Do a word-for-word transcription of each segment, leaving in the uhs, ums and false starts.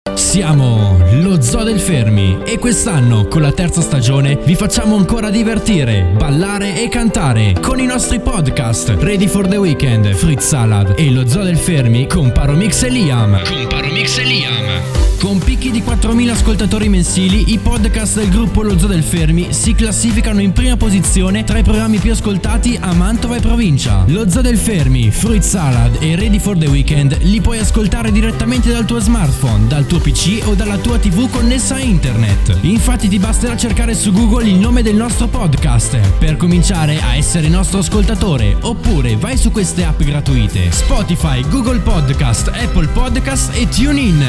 Siamo lo Zoo del Fermi e quest'anno, con la terza stagione, vi facciamo ancora divertire, ballare e cantare con i nostri podcast Ready for the Weekend, Fruit Salad e lo Zoo del Fermi con Paromix e Liam. Con Paromix e Liam. Con picchi di quattromila ascoltatori mensili, i podcast del gruppo Lo Zoo del Fermi si classificano in prima posizione tra i programmi più ascoltati a Mantova e provincia. Lo Zoo del Fermi, Fruit Salad e Ready for the Weekend li puoi ascoltare direttamente dal tuo smartphone, dal tuo P C o dalla tua tivù connessa a internet. Infatti ti basterà cercare su Google il nome del nostro podcast per cominciare a essere nostro ascoltatore, oppure vai su queste app gratuite: Spotify, Google Podcast, Apple Podcast e TuneIn.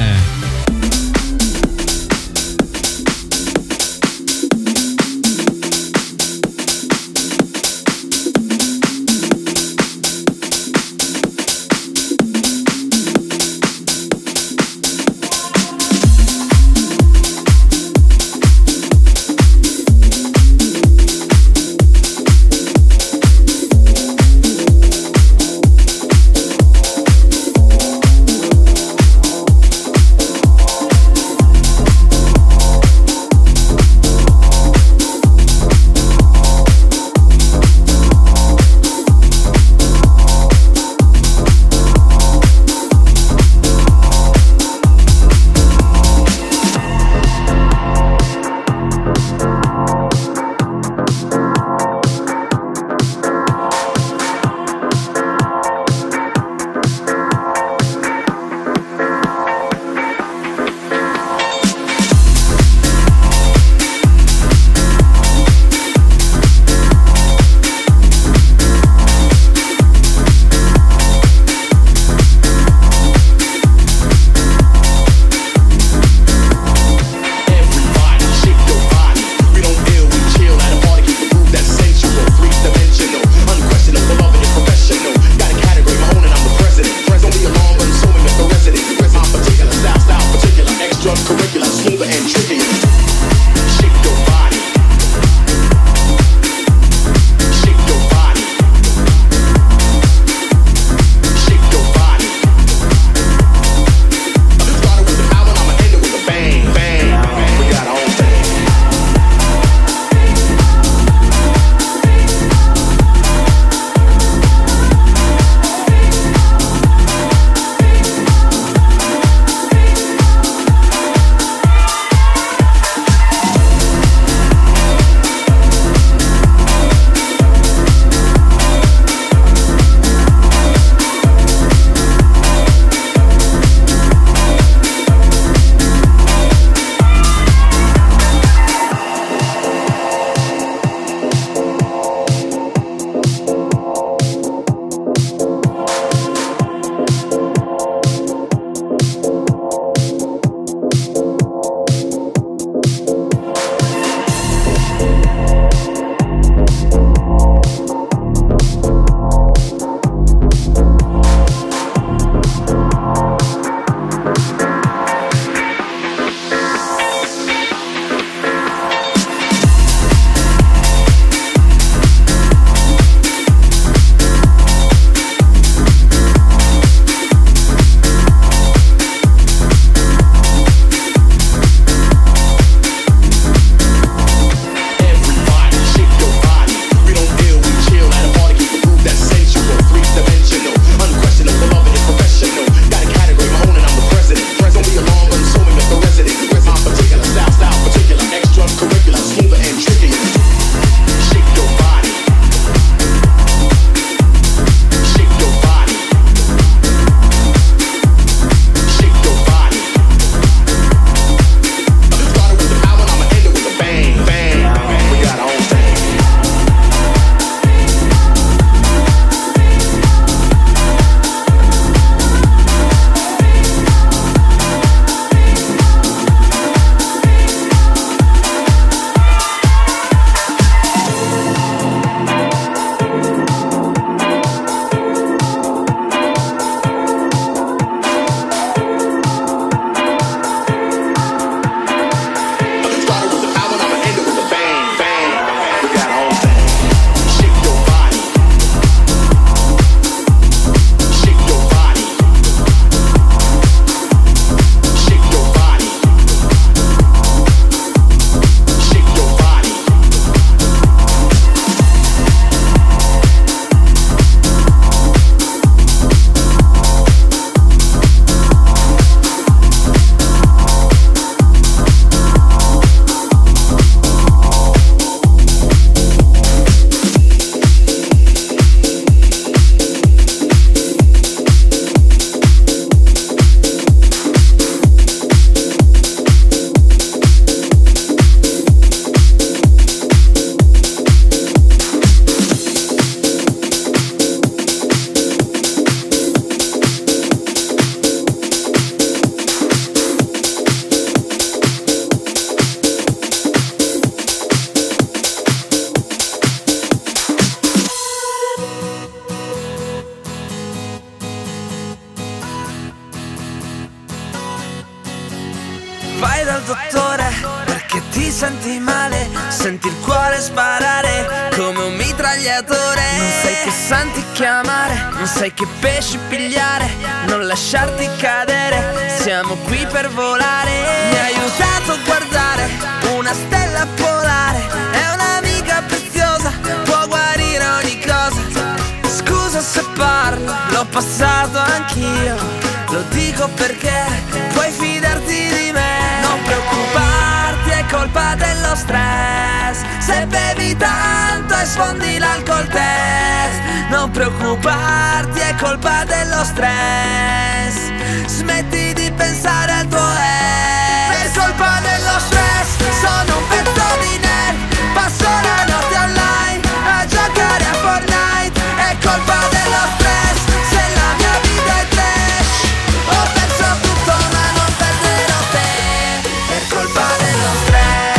vai dal dottore perché ti senti male, senti il cuore sparare come un mitragliatore. Non sai che santi chiamare, non sai che pesci pigliare, non lasciarti cadere, siamo qui per volare. Mi ha aiutato a guardare una stella polare, è un'amica preziosa, può guarire ogni cosa. Scusa se parlo, l'ho passato anch'io, lo dico perché puoi fidarti di me. Non preoccuparti, è colpa dello stress, se bevi tanto e sfondi l'alcol test. Non preoccuparti, è colpa dello stress, smetti di pensare al tuo ex. Per colpa dello stress sono un pezzo di nerd, passo la notte online a giocare a Fortnite. È colpa dello stress se la mia vita è trash, ho perso tutto ma non perderò te. Per colpa dello stress.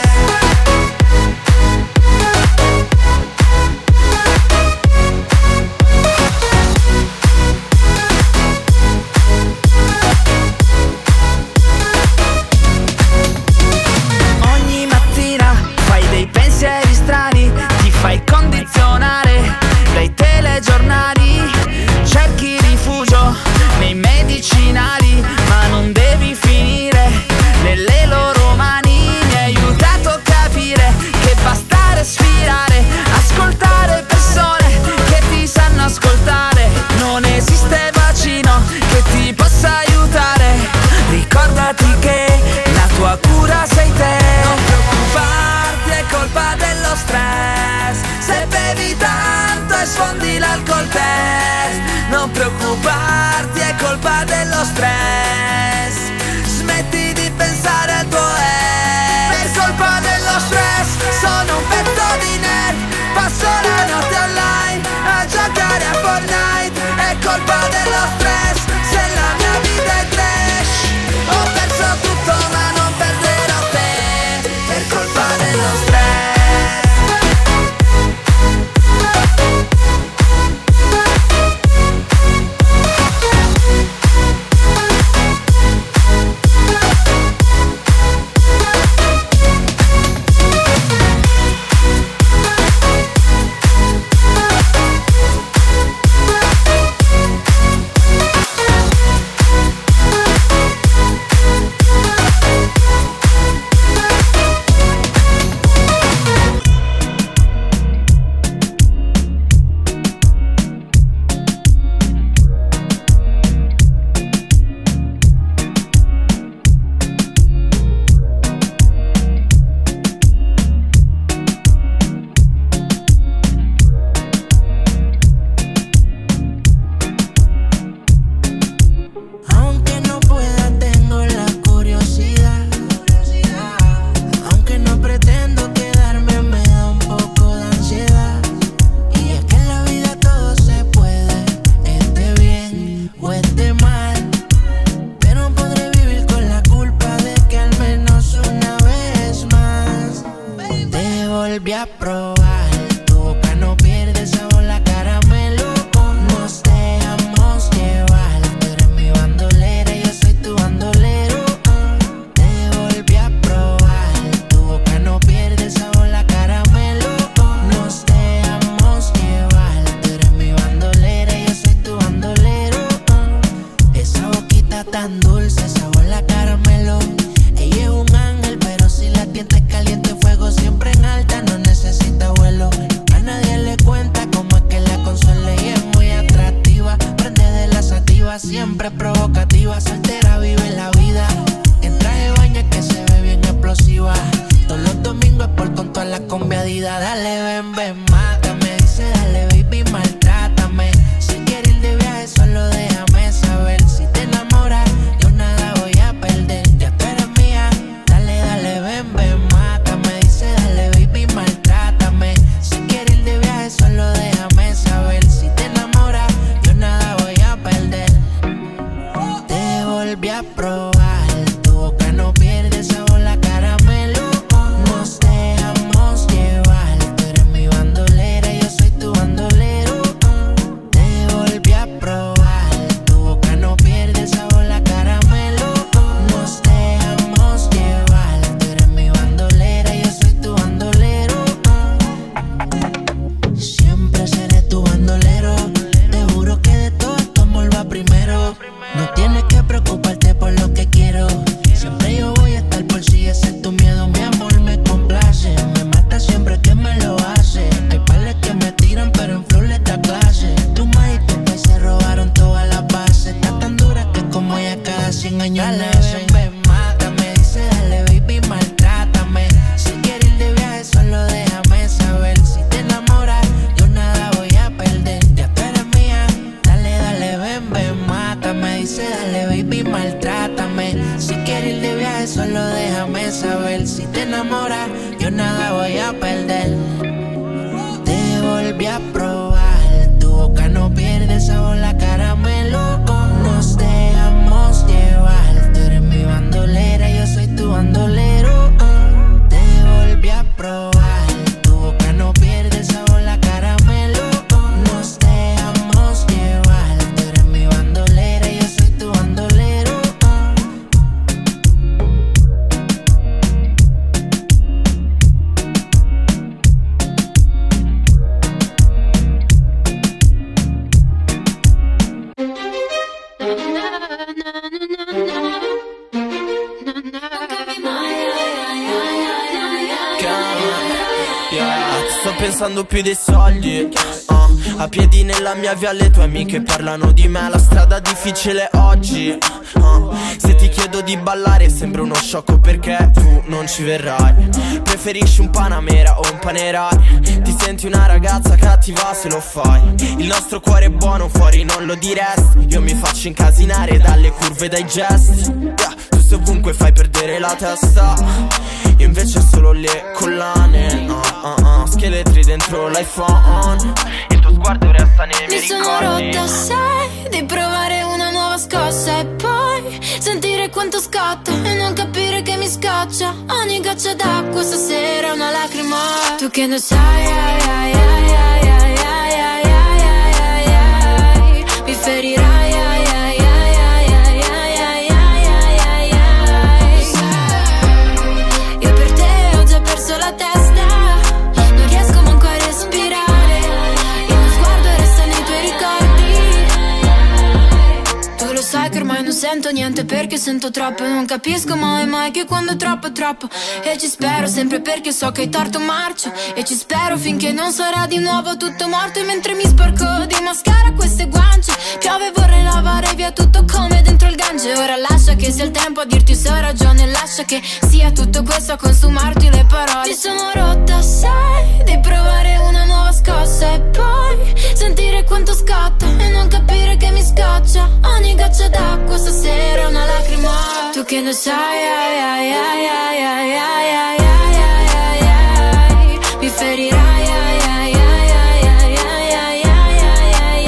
Ogni mattina fai dei pensieri strani, ti fai condizionare dai telegiornali, cerchi rifugio nei medicinali, ma non devi finire nelle loro mani. Mi hai aiutato a capire che basta respirare, ascoltare persone che ti sanno ascoltare. Non esiste vaccino che ti possa aiutare, ricordati che la tua cura sei te. Non preoccuparti, è colpa dello stress, se bevi tanto e sfondi l'alcol test. Non preoccuparti, è colpa dello stress, smetti di pensare al tuo ex. Per colpa dello stress sono un pezzo di nerd, passo la notte online a giocare a Fortnite. È colpa dello stress se la mia vita è trash, ho perso tutto ma non perderò te. Per colpa dello stress. volví a probar. Tu boca no pierde sabor, la caramelo. Nos dejamos llevar. Tú eres mi bandolera, yo soy tu bandolero. Te volví a probar. Tu boca no pierde sabor, la caramelo. Nos dejamos llevar. Tú eres mi bandolera, yo soy tu bandolero. Esa boquita tan dulce, sabor la caramelo. Ella es un ángel, pero si la tienta es caliente, fuego siempre en alta. No necesito quieres, solo déjame saber. Si te enamoras, yo nada voy a perder. Te volví a probar, tu boca no pierde sabor, la caramelo. Nos dejamos llevar, tú eres mi bandolera, yo soy tu bandolero. Te volví a probar, tu boca no pierde sabor, la caramelo. Nos dejamos llevar, tú eres mi bandolera, yo soy tu bandolero. Sto pensando più dei soldi, uh, a piedi nella mia via le tue amiche parlano di me. La strada difficile oggi, uh, se ti chiedo di ballare sembra uno sciocco perché tu non ci verrai. Preferisci un Panamera o un Panerai? Ti senti una ragazza cattiva se lo fai. Il nostro cuore è buono, fuori non lo diresti. Io mi faccio incasinare dalle curve, dai gesti, yeah. Tu sei ovunque, fai perdere la testa. Io invece ho solo le collane, uh, uh, uh, scheletri dentro l'iPhone. Il tuo sguardo resta nei miei ricordi. Mi sono rotta, sai, di provare una nuova scossa e poi sentire quanto scotta e non capire che mi scoccia. Ogni goccia d'acqua stasera è una lacrima. Tu che ne sai, ai, ai, ai, ai, ai, ai, ai, ai, ai, ai, mi ferirai, ai, ai, ai, ai, ai, ai, ai, ai, ai, ai. Io per te ho già perso la testa, non riesco manco a respirare. Il mio sguardo resta nei tuoi ricordi. Tu lo sai che ormai non sento niente perché sento troppo. Non capisco mai mai che quando è troppo è troppo. E ci spero sempre perché so che hai torto marcio. E ci spero finché non sarà di nuovo tutto morto. E mentre mi sporco di mascara queste guance, piove vorrei lavare via tutto come dentro il Gange. Ora lascia che sia il tempo a dirti se ho ragione. Lascia che sia tutto questo a consumarti le parole. Mi sono rotta, sai, di provare una nuova scossa e poi sentire quanto scotta e non capire che mi scoccia. Ogni goccia d'acqua stasera è una lacrima. Tu che ne sai, ai, ai, ai, ai, ai, ai, ai, ai, ai, ai, mi ferirai, ai, ai, ai, ai, ai, ai, ai, ai, ai,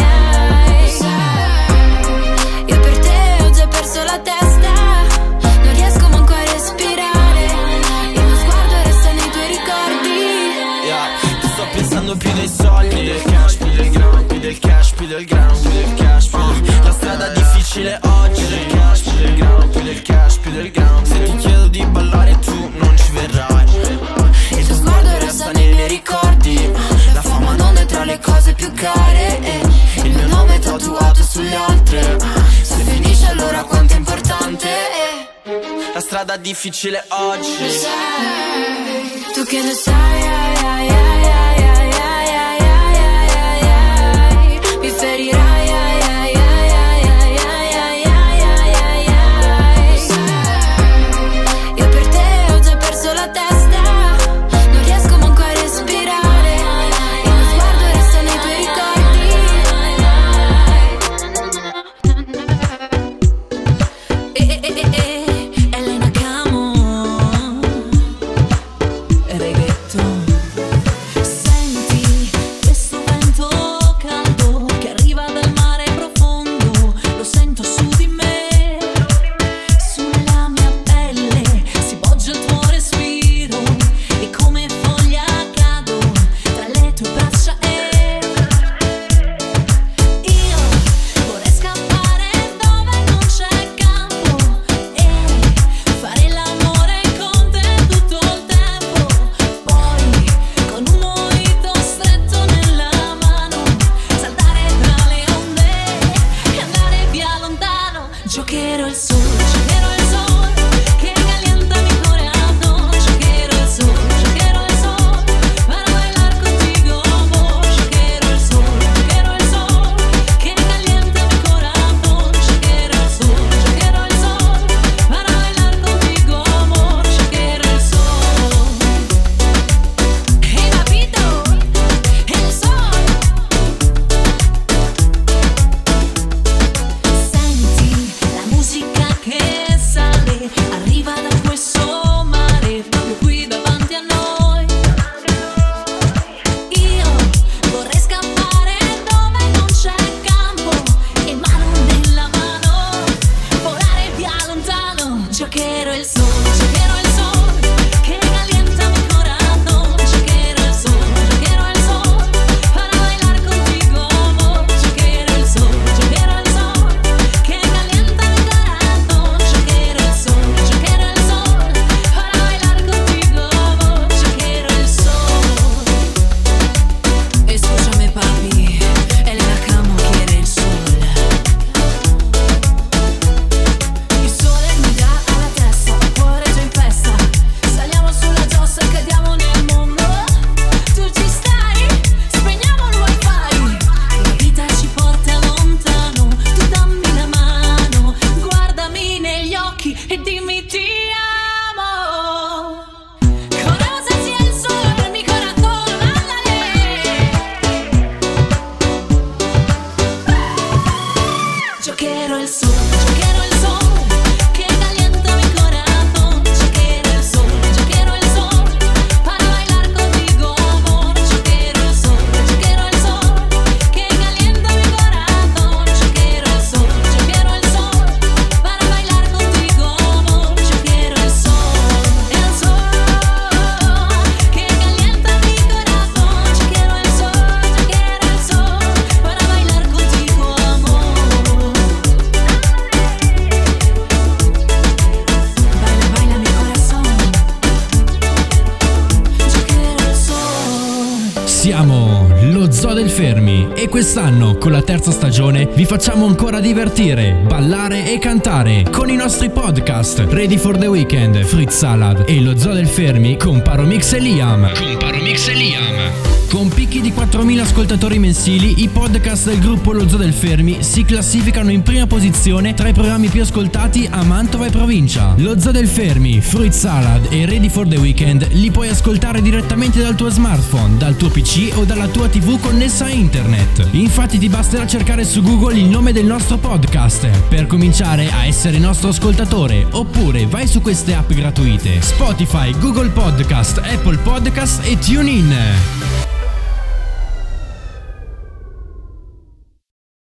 ai. Io per te ho già perso la testa, non riesco manco a respirare. Il mio sguardo resta nei tuoi ricordi. Yeah, ti sto pensando più dei soldi, più del cash, più del grano, più del cash, più del grano, più del cash, uh, la strada difficile oggi, più del cash, più del grano, più del cash, più del grano. Se ti chiedo di ballare tu non ci verrai. Il tuo sguardo resta nei miei ricordi, la fama non è tra le cose più care, e il mio nome è tatuato sulle altre. Se finisce allora quanto è importante, la strada difficile oggi. Tu che ne sai, ai, ai, ai, ai, ai, ai, ai, ai, ai, ai, mi ferirai, ai, ai, ai, ai, ai, ai, ai, ai, ai. Io per te ho già perso la testa, non riesco manco a respirare. Il mio sguardo resta nei tuoi ricordi. Eh, eh, eh, eh, Elena Camo, reggaeton. Zoo del Fermi e quest'anno con la terza stagione vi facciamo ancora divertire, ballare e cantare con i nostri podcast Ready for the Weekend, Fritz Salad e lo Zoo del Fermi con Paromix e Liam. Con Paromix e Liam. Con picchi di quattromila ascoltatori mensili, i podcast del gruppo Lo Zoo del Fermi si classificano in prima posizione tra i programmi più ascoltati a Mantova e provincia. Lo Zoo del Fermi, Fruit Salad e Ready for the Weekend li puoi ascoltare direttamente dal tuo smartphone, dal tuo P C o dalla tua tivù connessa a internet. Infatti ti basterà cercare su Google il nome del nostro podcast per cominciare a essere nostro ascoltatore, oppure vai su queste app gratuite: Spotify, Google Podcast, Apple Podcast e TuneIn.